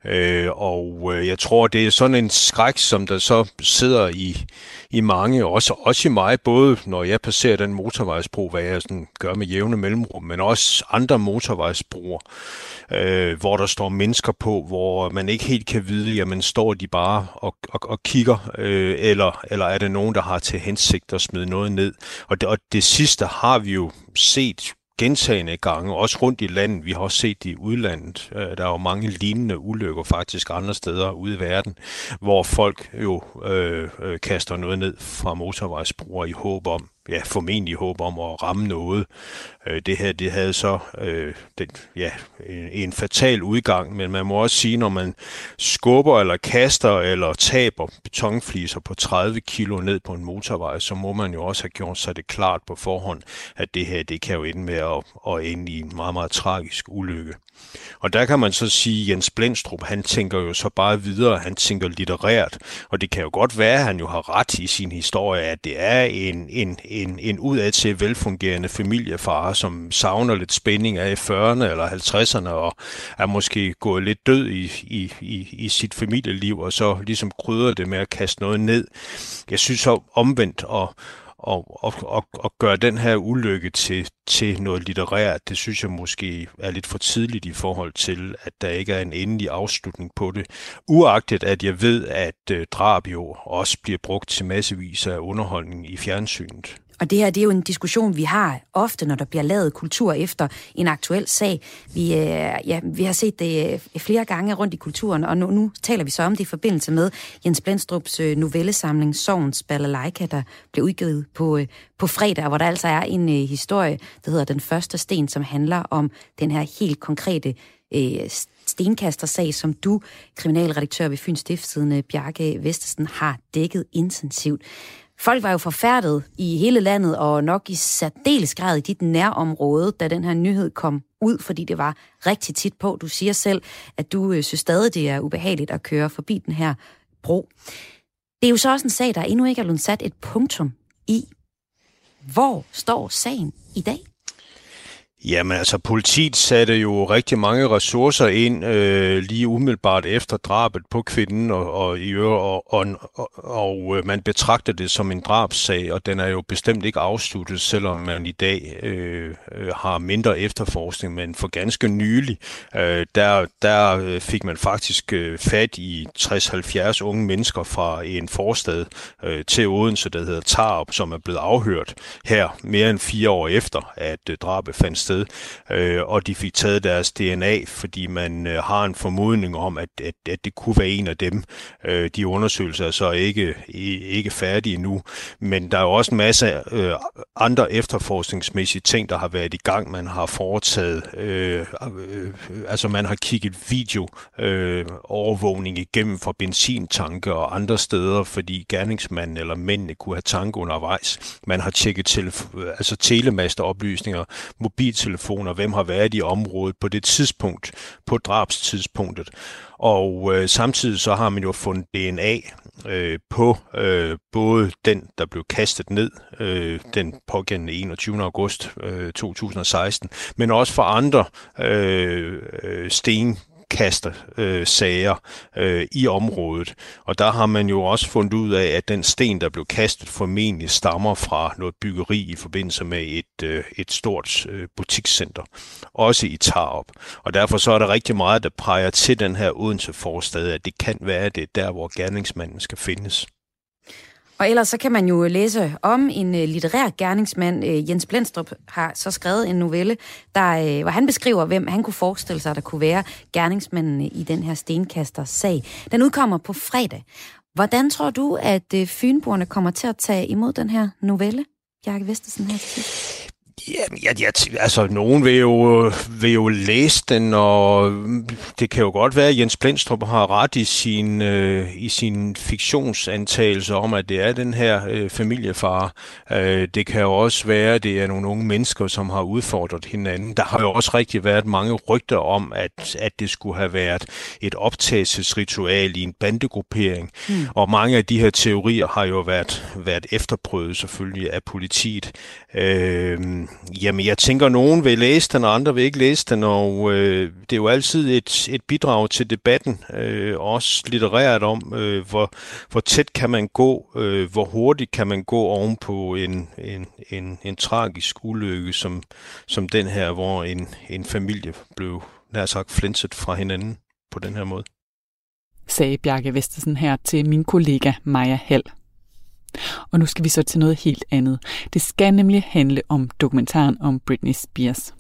Og jeg tror, det er sådan en skræk, som der så sidder i mange, også i mig, både når jeg passerer den motorvejsbro, hvad jeg sådan gør med jævne mellemrum, men også andre motorvejsbroer, hvor der står mennesker på, hvor man ikke helt kan vide, jamen står de bare og kigger, eller er det nogen, der har til hensigt at smide noget ned. Og det sidste har vi jo set gentagne gange, også rundt i landet. Vi har også set det i udlandet. Der er jo mange lignende ulykker faktisk andre steder ude i verden, hvor folk jo kaster noget ned fra motorvejsbroer i håb om, ja, formentlig håb om at ramme noget. Det her, det havde så en fatal udgang, men man må også sige, når man skubber eller kaster eller taber betonfliser på 30 kilo ned på en motorvej, så må man jo også have gjort sig det klart på forhånd, at det her, det kan jo ende med at ende i en meget, meget tragisk ulykke. Og der kan man så sige, at Jens Blendstrup, han tænker jo så bare videre, han tænker litterært, og det kan jo godt være, at han jo har ret i sin historie, at det er en udadtil velfungerende familiefar, som savner lidt spænding af i 40'erne eller 50'erne, og er måske gået lidt død i sit familieliv, og så ligesom krydrer det med at kaste noget ned. Jeg synes så omvendt, og gøre den her ulykke til noget litterært, det synes jeg måske er lidt for tidligt i forhold til, at der ikke er en endelig afslutning på det. Uagtet at jeg ved, at drab jo også bliver brugt til massevis af underholdning i fjernsynet. Og det her, det er jo en diskussion, vi har ofte, når der bliver lavet kultur efter en aktuel sag. Vi har set det flere gange rundt i kulturen, og nu taler vi så om det i forbindelse med Jens Blendstrups novellesamling Sorgens Balalaika, der blev udgivet på fredag, hvor der altså er en historie, der hedder Den første sten, som handler om den her helt konkrete stenkastersag, som du, kriminalredaktør ved Fyns Stiftstidende, Bjarke Vestersen, har dækket intensivt. Folk var jo forfærdet i hele landet, og nok i særdeles grad i dit nærområde, da den her nyhed kom ud, fordi det var rigtig tit på. Du siger selv, at du synes stadig, det er ubehageligt at køre forbi den her bro. Det er jo så også en sag, der endnu ikke er blevet sat et punktum i. Hvor står sagen i dag? Jamen altså, politiet satte jo rigtig mange ressourcer ind lige umiddelbart efter drabet på kvinden, og man betragter det som en drabssag, og den er jo bestemt ikke afsluttet, selvom man i dag har mindre efterforskning, men for ganske nylig, der fik man faktisk fat i 60-70 unge mennesker fra en forstad til Odense, der hedder Tarup, som er blevet afhørt her mere end 4 år efter, at drabet fandt sted, og de fik taget deres DNA, fordi man har en formodning om, at det kunne være en af dem. De undersøgelser er så ikke færdige endnu, men der er jo også en masse andre efterforskningsmæssige ting, der har været i gang. Man har foretaget, altså man har kigget overvågning igennem fra benzintanke og andre steder, fordi gerningsmanden eller mændene kunne have tanke undervejs. Man har tjekket telemasteoplysninger, mobiltelefoner, hvem har været i området på det tidspunkt, på drabstidspunktet. Og samtidig så har man jo fundet DNA på både den, der blev kastet ned den pågældende 21. august 2016, men også for andre stenkastersager i området. Og der har man jo også fundet ud af, at den sten, der blev kastet, formentlig stammer fra noget byggeri i forbindelse med et stort butikscenter, også i Tarup. Og derfor så er der rigtig meget, der peger til den her Odense forstad, at det kan være, det der, hvor gerningsmanden skal findes. Og ellers så kan man jo læse om en litterær gerningsmand. Jens Blendstrup har så skrevet en novelle, hvor han beskriver, hvem han kunne forestille sig, der kunne være gerningsmanden i den her stenkaster-sag. Den udkommer på fredag. Hvordan tror du, at fynboerne kommer til at tage imod den her novelle, Bjarke Westesen her til sidst? Altså, nogen vil jo læse den, og det kan jo godt være, at Jens Blendstrup har ret i sin fiktionsantagelse om, at det er den her familiefar. Det kan jo også være, at det er nogle unge mennesker, som har udfordret hinanden. Der har jo også rigtig været mange rygter om, at det skulle have været et optagelsesritual i en bandegruppering. Og mange af de her teorier har jo været efterprøvet selvfølgelig af politiet. Jamen, jeg tænker, nogen vil læse den, og andre vil ikke læse den, og det er jo altid et bidrag til debatten, også litterært om, hvor tæt kan man gå, hvor hurtigt kan man gå oven på en tragisk ulykke, som den her, hvor en familie blev nær sagt flænset fra hinanden på den her måde. Sagde Bjarke Westesen her til min kollega Maja Hall. Og nu skal vi så til noget helt andet. Det skal nemlig handle om dokumentaren om Britney Spears.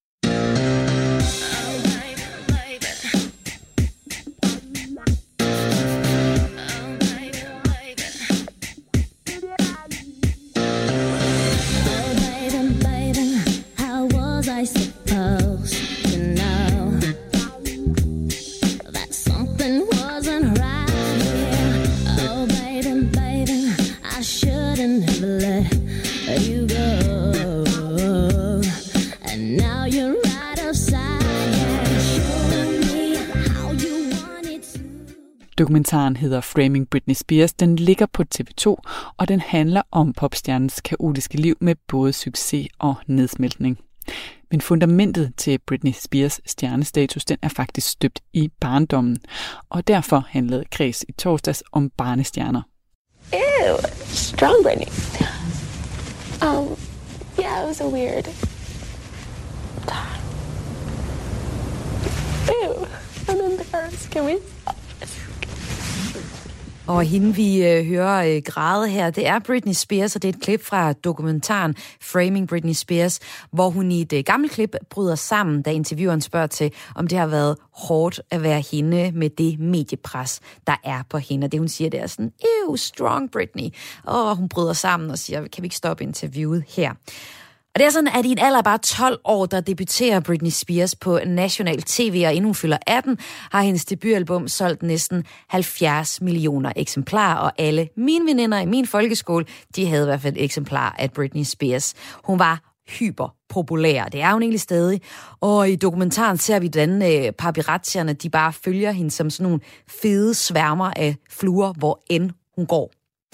Dokumentaren hedder Framing Britney Spears. Den ligger på TV2, og den handler om popstjernens kaotiske liv med både succes og nedsmeltning. Men fundamentet til Britney Spears stjernestatus, den er faktisk støbt i barndommen, og derfor handlede Kreds i torsdags om barnestjerner. Ew, strong Britney. Yeah, it was a weird time. Ew, I'm embarrassed. Can we? Og hende, vi hører græde her, det er Britney Spears, og det er et klip fra dokumentaren Framing Britney Spears, hvor hun i et gammelt klip bryder sammen, da intervieweren spørger til, om det har været hårdt at være hende med det mediepres, der er på hende. Og det, hun siger, det er sådan, ew, strong Britney. Og hun bryder sammen og siger, kan vi ikke stoppe interviewet her? Og det er sådan, at i en alder af bare 12 år, der debuterer Britney Spears på national tv, og inden hun fylder 18, har hendes debutalbum solgt næsten 70 millioner eksemplarer, og alle mine veninder i min folkeskole, de havde i hvert fald et eksemplar af Britney Spears. Hun var hyperpopulær, det er hun egentlig stadig, og i dokumentaren ser vi, hvordan paparazzierne, de bare følger hende som sådan nogle fede sværmer af fluer, hvor end hun går.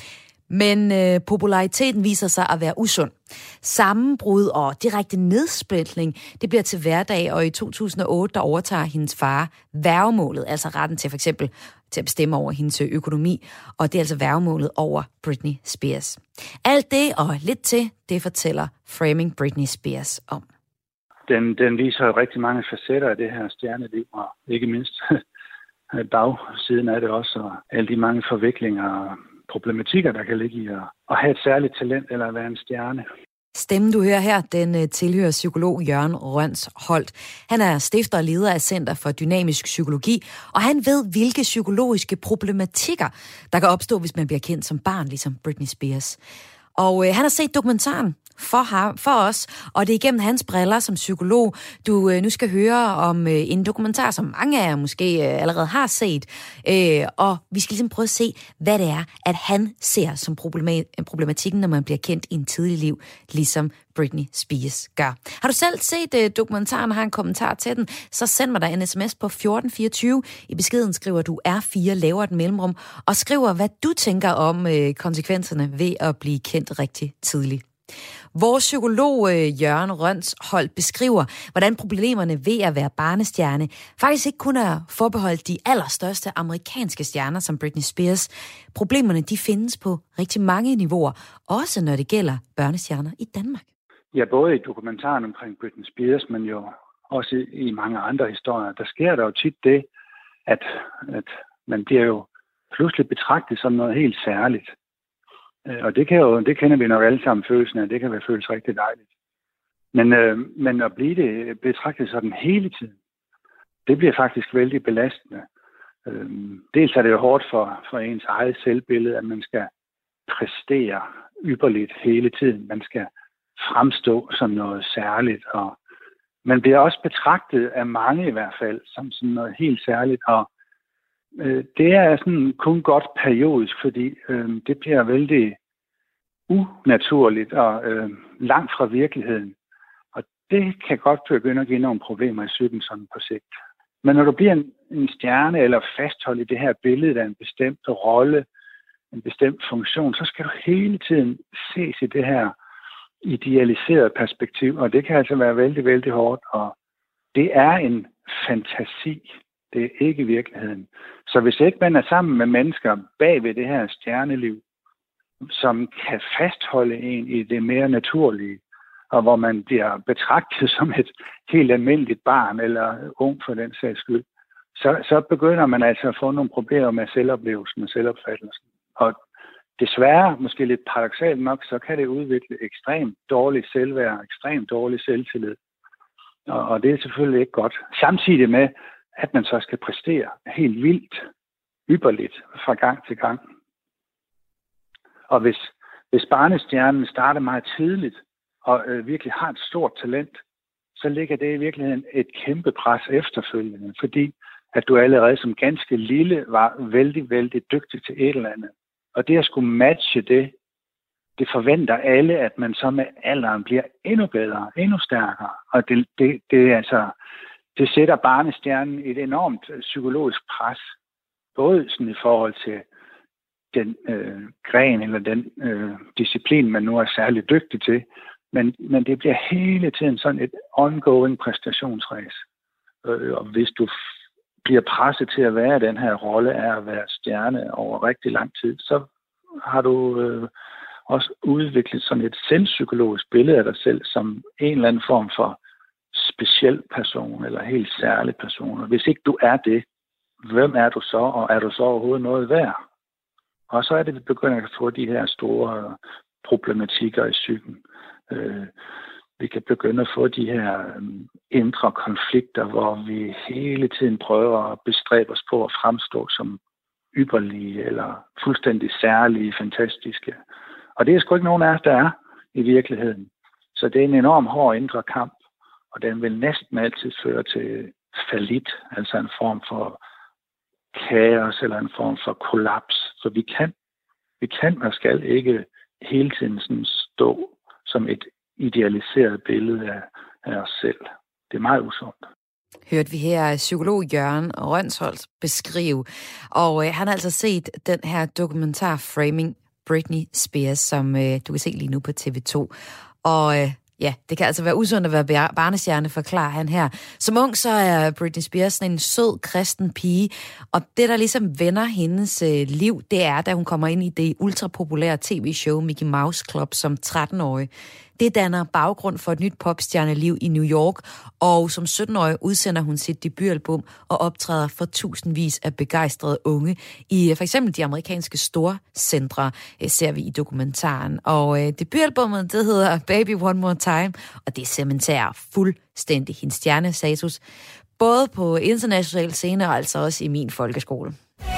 Men populariteten viser sig at være usund. Sammenbrud og direkte nedsplitning, det bliver til hverdag, og i 2008, der overtager hendes far værgemålet, altså retten til for eksempel til at bestemme over hendes økonomi, og det er altså værgemålet over Britney Spears. Alt det og lidt til, det fortæller Framing Britney Spears om. Den viser jo rigtig mange facetter af det her stjerneliv, og ikke mindst bagsiden af det også, og alle de mange forviklinger og problematikker, der kan ligge i at have et særligt talent eller at være en stjerne. Stemmen, du hører her, den tilhører psykolog Jørgen Rønsholdt. Han er stifter og leder af Center for Dynamisk Psykologi, og han ved, hvilke psykologiske problematikker, der kan opstå, hvis man bliver kendt som barn, ligesom Britney Spears. Og han har set dokumentaren for os, og det er igennem hans briller som psykolog, du nu skal høre om en dokumentar, som mange af jer måske allerede har set. Og vi skal ligesom prøve at se, hvad det er, at han ser som problematikken, når man bliver kendt i en tidlig liv, ligesom Britney Spears gør. Har du selv set dokumentaren og har en kommentar til den, så send mig dig en sms på 1424. I beskeden skriver du R4, laver et mellemrum, og skriver, hvad du tænker om konsekvenserne ved at blive kendt rigtig tidligt. Vores psykolog Jørgen Rønsholdt beskriver, hvordan problemerne ved at være barnestjerne faktisk ikke kun er forbeholdt de allerstørste amerikanske stjerner som Britney Spears. Problemerne de findes på rigtig mange niveauer, også når det gælder børnestjerner i Danmark. Ja, både i dokumentaren omkring Britney Spears, men jo også i mange andre historier, der sker der jo tit det, at man bliver jo pludselig betragtet som noget helt særligt. Og det kender vi nok alle sammen følelsen af, det kan føles rigtig dejligt. Men at blive det betragtet sådan hele tiden, det bliver faktisk vældig belastende. Dels er det jo hårdt for ens eget selvbillede, at man skal præstere ypperligt hele tiden. Man skal fremstå som noget særligt, og man bliver også betragtet af mange i hvert fald som sådan noget helt særligt, og det er sådan kun godt periodisk, fordi det bliver vældig unaturligt og langt fra virkeligheden. Og det kan godt begynde at give nogle problemer i psyken sådan på sigt. Men når du bliver en stjerne eller fastholdt i det her billede af en bestemt rolle, en bestemt funktion, så skal du hele tiden ses i det her idealiserede perspektiv. Og det kan altså være vældig, vældig hårdt. Og det er en fantasi. Det er ikke virkeligheden. Så hvis ikke man er sammen med mennesker bag ved det her stjerneliv, som kan fastholde en i det mere naturlige, og hvor man bliver betragtet som et helt almindeligt barn, eller ung for den sags skyld, så begynder man altså at få nogle problemer med selvoplevelsen og selvopfattelsen. Og desværre, måske lidt paradoksalt nok, så kan det udvikle ekstremt dårligt selvværd, ekstremt dårlig selvtillid. Og det er selvfølgelig ikke godt. Samtidig med, at man så skal præstere helt vildt, ypperligt fra gang til gang. Og hvis barnestjernen starter meget tidligt og virkelig har et stort talent, så ligger det i virkeligheden et kæmpe pres efterfølgende, fordi at du allerede som ganske lille var vældig, vældig dygtig til et eller andet. Og det at skulle matche det forventer alle, at man så med alderen bliver endnu bedre, endnu stærkere. Og det sætter barnestjernen i et enormt psykologisk pres, både sådan i forhold til den gren eller den disciplin, man nu er særlig dygtig til, men det bliver hele tiden sådan et ongoing præstationsræs. Og hvis du bliver presset til at være den her rolle af at være stjerne over rigtig lang tid, så har du også udviklet sådan et selvpsykologisk billede af dig selv som en eller anden form for speciel person eller helt særlig person. Og hvis ikke du er det, hvem er du så, og er du så overhovedet noget værd? Og så er det, vi begynder at få de her store problematikker i psyken. Vi kan begynde at få de her indre konflikter, hvor vi hele tiden prøver at bestræbe os på at fremstå som ypperlige eller fuldstændig særlige, fantastiske. Og det er sgu ikke nogen af os, der er i virkeligheden. Så det er en enorm hård indre kamp, og den vil næsten altid føre til fallit, altså en form for kaos eller en form for kollaps. Så vi kan og skal ikke hele tiden sådan stå som et idealiseret billede af os selv. Det er meget usundt. Hørte vi her psykolog Jørgen Rønsholdt beskrive, og han har altså set den her dokumentar Framing Britney Spears, som du kan se lige nu på TV2. Og ja, det kan altså være usundt at være barnestjerne, forklarer han her. Som ung så er Britney Spears sådan en sød, kristen pige, og det, der ligesom vender hendes liv, det er, da hun kommer ind i det ultrapopulære tv-show Mickey Mouse Club som 13-årig. Det danner baggrund for et nyt popstjerneliv i New York, og som 17-årig udsender hun sit debutalbum og optræder for tusindvis af begejstrede unge i for eksempel de amerikanske storcentre, ser vi i dokumentaren. Og debutalbummet, det hedder Baby One More Time, og det cementerer fuldstændig hendes stjernestatus, både på international scene og altså også i min folkeskole.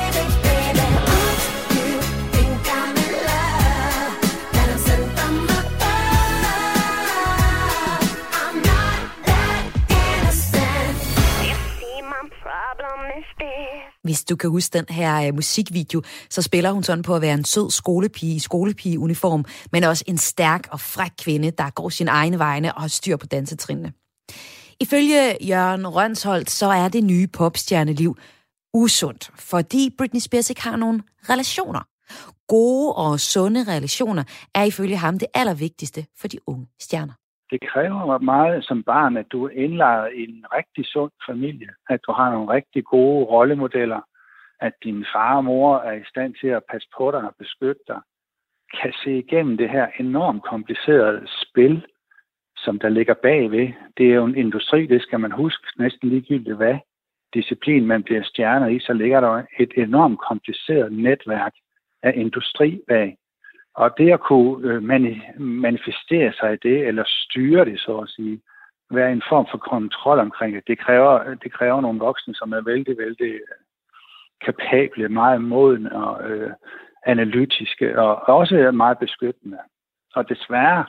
Hvis du kan huske den her musikvideo, så spiller hun sådan på at være en sød skolepige i skolepigeuniform, men også en stærk og fræk kvinde, der går sin egne vegne og har styr på dansetrinene. Ifølge Jørgen Rønsholt, så er det nye popstjerneliv usundt, fordi Britney Spears ikke har nogen relationer. Gode og sunde relationer er ifølge ham det allervigtigste for de unge stjerner. Det kræver meget som barn, at du er indlejret i en rigtig sund familie, at du har nogle rigtig gode rollemodeller, at din far og mor er i stand til at passe på dig og beskytte dig, kan se igennem det her enormt komplicerede spil, som der ligger bagved. Det er jo en industri, det skal man huske, næsten ligegyldigt hvad disciplin man bliver stjerner i, så ligger der et enormt kompliceret netværk af industri bag. Og det at kunne manifestere sig i det, eller styre det, så at sige, være en form for kontrol omkring det, det kræver nogle voksne, som er vældig, vældig kapable, meget modne og analytiske, og også meget beskyttende. Og desværre,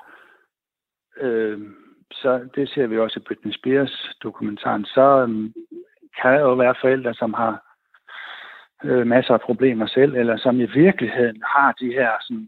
så det ser vi også i Britney Spears dokumentaren, så kan der jo være forældre, som har masser af problemer selv, eller som i virkeligheden har de her sådan,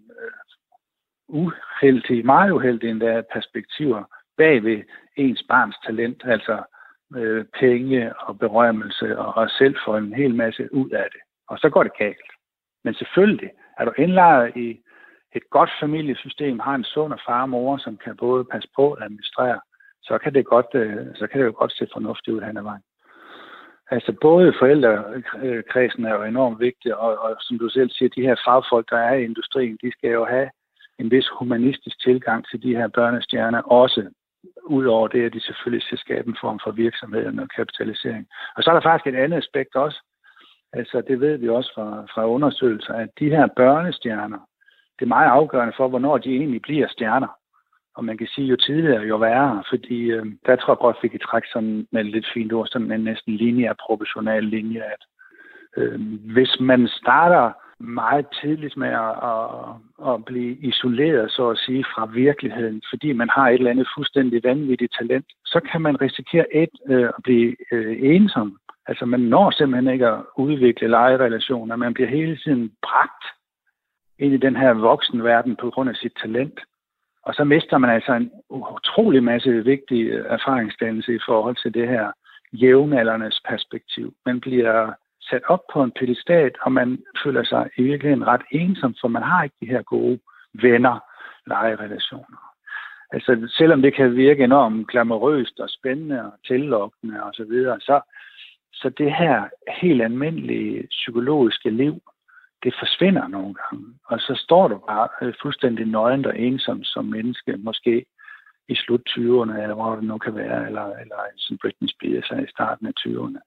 uheldige, meget uheldige endda perspektiver bag ved ens barns talent, altså penge og berømmelse og selv få en hel masse ud af det. Og så går det galt. Men selvfølgelig er du indlejret i et godt familiesystem, har en sund og far og mor, som kan både passe på og administrere, så kan det jo godt se fornuftigt ud hen ad vejen. Altså både forældrekredsen er jo enormt vigtig, og som du selv siger, de her fagfolk, der er i industrien, de skal jo have en vis humanistisk tilgang til de her børnestjerner, også udover det, at de selvfølgelig skal skabe en form for virksomhed og kapitalisering. Og så er der faktisk et andet aspekt også, altså det ved vi også fra undersøgelser, at de her børnestjerner, det er meget afgørende for, hvornår de egentlig bliver stjerner. Og man kan sige, jo tidligere, jo værre, fordi der tror jeg godt, vi kan trække sådan med lidt fint ord, sådan en næsten lineær, proportional linje, at hvis man starter meget tidligt med at blive isoleret, så at sige, fra virkeligheden, fordi man har et eller andet fuldstændig vanvittigt talent, så kan man risikere at blive ensom. Altså man når simpelthen ikke at udvikle legerelationer, man bliver hele tiden bragt ind i den her voksenverden på grund af sit talent. Og så mister man altså en utrolig masse vigtig erfaringsdannelse i forhold til det her jævnaldernes perspektiv. Man bliver sat op på en pedestal, og man føler sig i virkeligheden ret ensom, for man har ikke de her gode venner, legerelationer. Altså selvom det kan virke enormt glamourøst og spændende og tillokkende og så videre, så det her helt almindelige psykologiske liv, det forsvinder nogle gange. Og så står du bare fuldstændig nøgent og ensom som menneske, måske i slut 20'erne, eller hvor det nu kan være, eller som Britney Spears er i starten af 20'erne.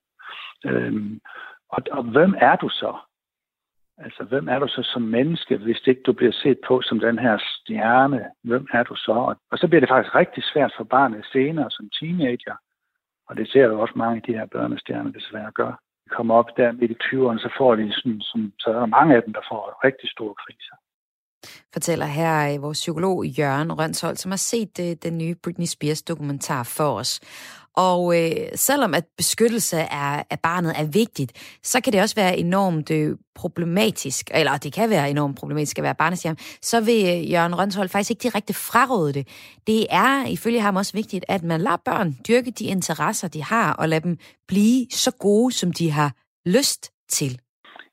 Og hvem er du så? Altså, hvem er du så som menneske, hvis ikke du bliver set på som den her stjerne? Hvem er du så? Og så bliver det faktisk rigtig svært for barnet senere som teenager. Og det ser jo også mange af de her børnestjerner desværre gør. De kommer op der midt i 20'erne, så får de så er der mange af dem, der får rigtig store kriser. Fortæller her vores psykolog Jørgen Rønsholt, som har set den nye Britney Spears dokumentar for os. Og selvom at beskyttelse af barnet er vigtigt, så kan det også være enormt problematisk, eller det kan være enormt problematisk at være barnestjerne, så vil Jørgen Rønsholt faktisk ikke direkte fraråde det. Det er ifølge ham også vigtigt, at man lader børn dyrke de interesser, de har, og lade dem blive så gode, som de har lyst til.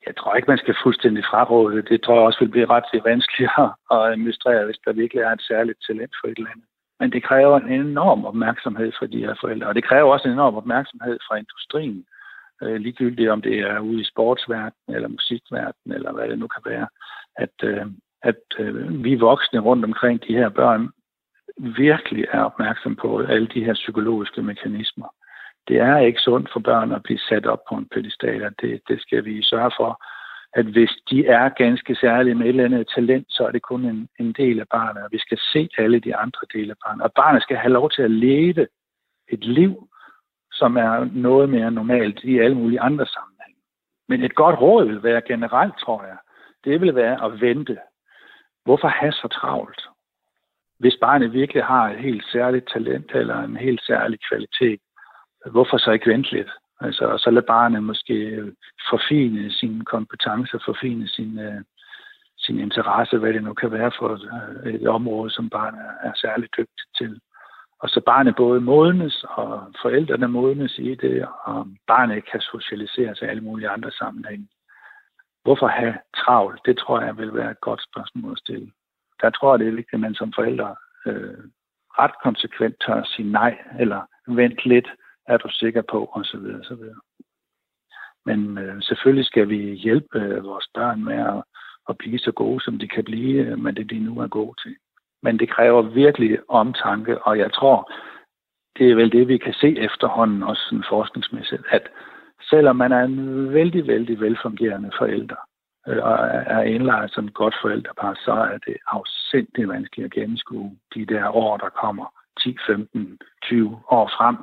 Jeg tror ikke, man skal fuldstændig fraråde det. Det tror jeg også vil blive ret vanskeligt at administrere, hvis der virkelig er et særligt talent for et eller andet. Men det kræver en enorm opmærksomhed fra de her forældre, og det kræver også en enorm opmærksomhed fra industrien. Ligegyldigt om det er ude i sportsverdenen eller musikverdenen eller hvad det nu kan være, at vi voksne rundt omkring de her børn virkelig er opmærksom på alle de her psykologiske mekanismer. Det er ikke sundt for børn at blive sat op på en pedestal, og det skal vi sørge for, at hvis de er ganske særlige med et eller andet talent, så er det kun en del af barnet, og vi skal se alle de andre dele af barnet. Og barnet skal have lov til at leve et liv, som er noget mere normalt i alle mulige andre sammenhænge. Men et godt råd vil være generelt, tror jeg, det vil være at vente. Hvorfor have så travlt? Hvis barnet virkelig har et helt særligt talent eller en helt særlig kvalitet, hvorfor så ikke vente lidt? Altså, så lad barnet måske forfine sine kompetencer, forfine sin interesse, hvad det nu kan være for et område, som barnet er særligt dygtigt til. Og så barnet både modnes, og forældrene modnes i det, og barnet kan socialisere sig i alle mulige andre sammenhænge. Hvorfor have travlt? Det tror jeg vil være et godt spørgsmål at stille. Der tror jeg, det er vigtigt, at man som forældre ret konsekvent tør at sige nej, eller vent lidt, er du sikker på, og så videre, så videre. Men selvfølgelig skal vi hjælpe vores børn med at blive så gode, som de kan blive, men det de nu er gode til. Men det kræver virkelig omtanke, og jeg tror, det er vel det, vi kan se efterhånden, også sådan forskningsmæssigt, at selvom man er en vældig, vældig velfungerende forælder, og er indlejret som et godt forældrepar, så er det afsindigt vanskeligt at gennemskue de der år, der kommer 10, 15, 20 år frem.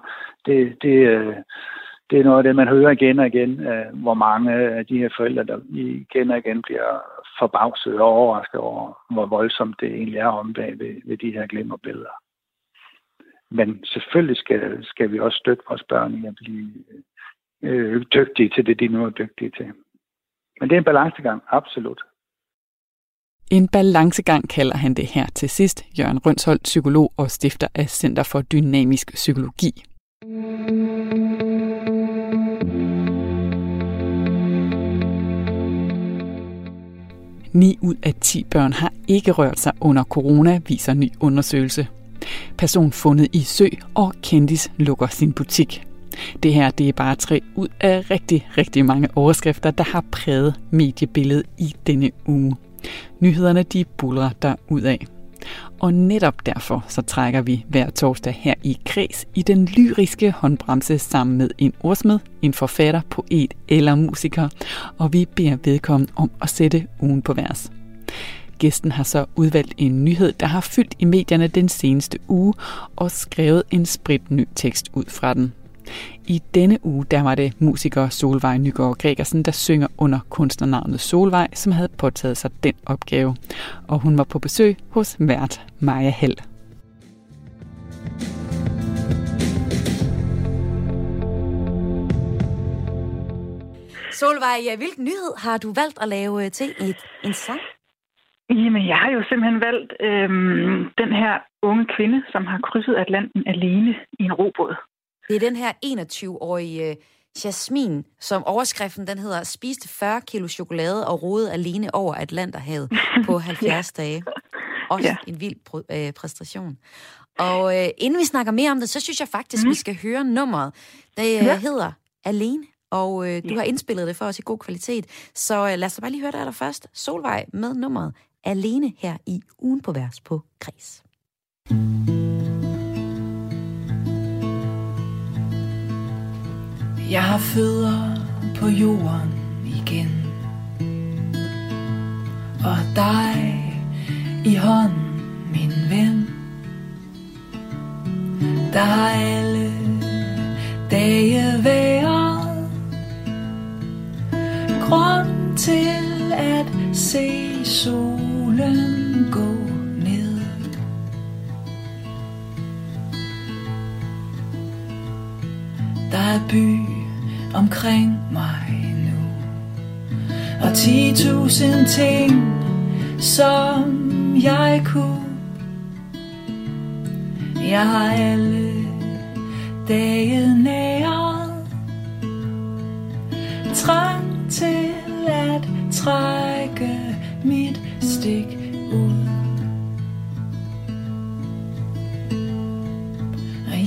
Det er noget af det, man hører igen og igen, hvor mange af de her forældre, der igen og igen bliver forbavset og overrasket over, hvor voldsomt det egentlig er om bag ved de her glimmerbilleder. Men selvfølgelig skal vi også støtte vores børn i at blive dygtige til det, de nu er dygtige til. Men det er en balancegang, absolut. En balancegang kalder han det her til sidst. Jørgen Rønsholt, psykolog og stifter af Center for Dynamisk Psykologi. Ni ud af 10 børn har ikke rørt sig under corona, viser ny undersøgelse. Person fundet i sø, og kendis lukker sin butik. Det her, det er bare 3 ud af rigtig, rigtig mange overskrifter, der har præget mediebilledet i denne uge. Nyhederne, de buldrer derudad. Og netop derfor så trækker vi hver torsdag her i Kreds i den lyriske håndbremse sammen med en ordsmed, en forfatter, poet eller musiker, og vi beder vedkommende om at sætte ugen på vers. Gæsten har så udvalgt en nyhed, der har fyldt i medierne den seneste uge, og skrevet en spritny tekst ud fra den. I denne uge, der var det musiker Solvej Nygaard Gregersen, der synger under kunstnernavnet Solvej, som havde påtaget sig den opgave. Og hun var på besøg hos vært Maja Hall. Solvej, hvilken nyhed har du valgt at lave til en sang? Jamen, jeg har jo simpelthen valgt den her unge kvinde, som har krydset Atlanten alene i en robåd. Det er den her 21-årige Jasmin, som overskriften den hedder spiste 40 kilo chokolade og rodede alene over Atlanterhavet på 70 dage. Også en vild præstation. Og inden vi snakker mere om det, så synes jeg faktisk, vi skal høre nummeret. Det hedder Alene, og du har indspillet det for os i god kvalitet. Så lad os bare lige høre det allerførst. Solvej med nummeret Alene her i Ugen på Vers på Kreds. Jeg har fødder på jorden igen, og dig i hånden, min ven. Der har alle dage været grund til at se solen gå ned. Der er by omkring mig nu, og 10.000 ting, som jeg kunne. Jeg har alle dage næret, trang til at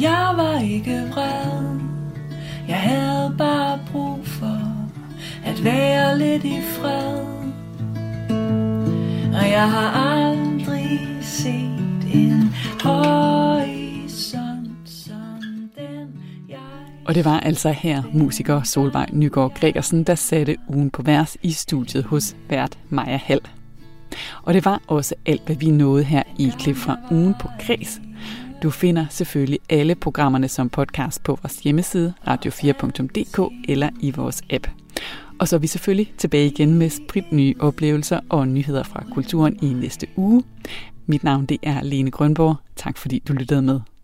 jeg var ikke vred. Jeg havde bare brug for at være lidt i fred. Og jeg har aldrig set en horisont som den, jeg... Og det var altså her musiker Solvej Nygaard Gregersen, der satte ugen på vers i studiet hos vært Maja Hall. Og det var også alt, hvad vi nåede her i klip fra ugen på Kres. Du finder selvfølgelig alle programmerne som podcast på vores hjemmeside, radio4.dk eller i vores app. Og så er vi selvfølgelig tilbage igen med spritnye oplevelser og nyheder fra kulturen i næste uge. Mit navn det er Lene Grønborg. Tak fordi du lyttede med.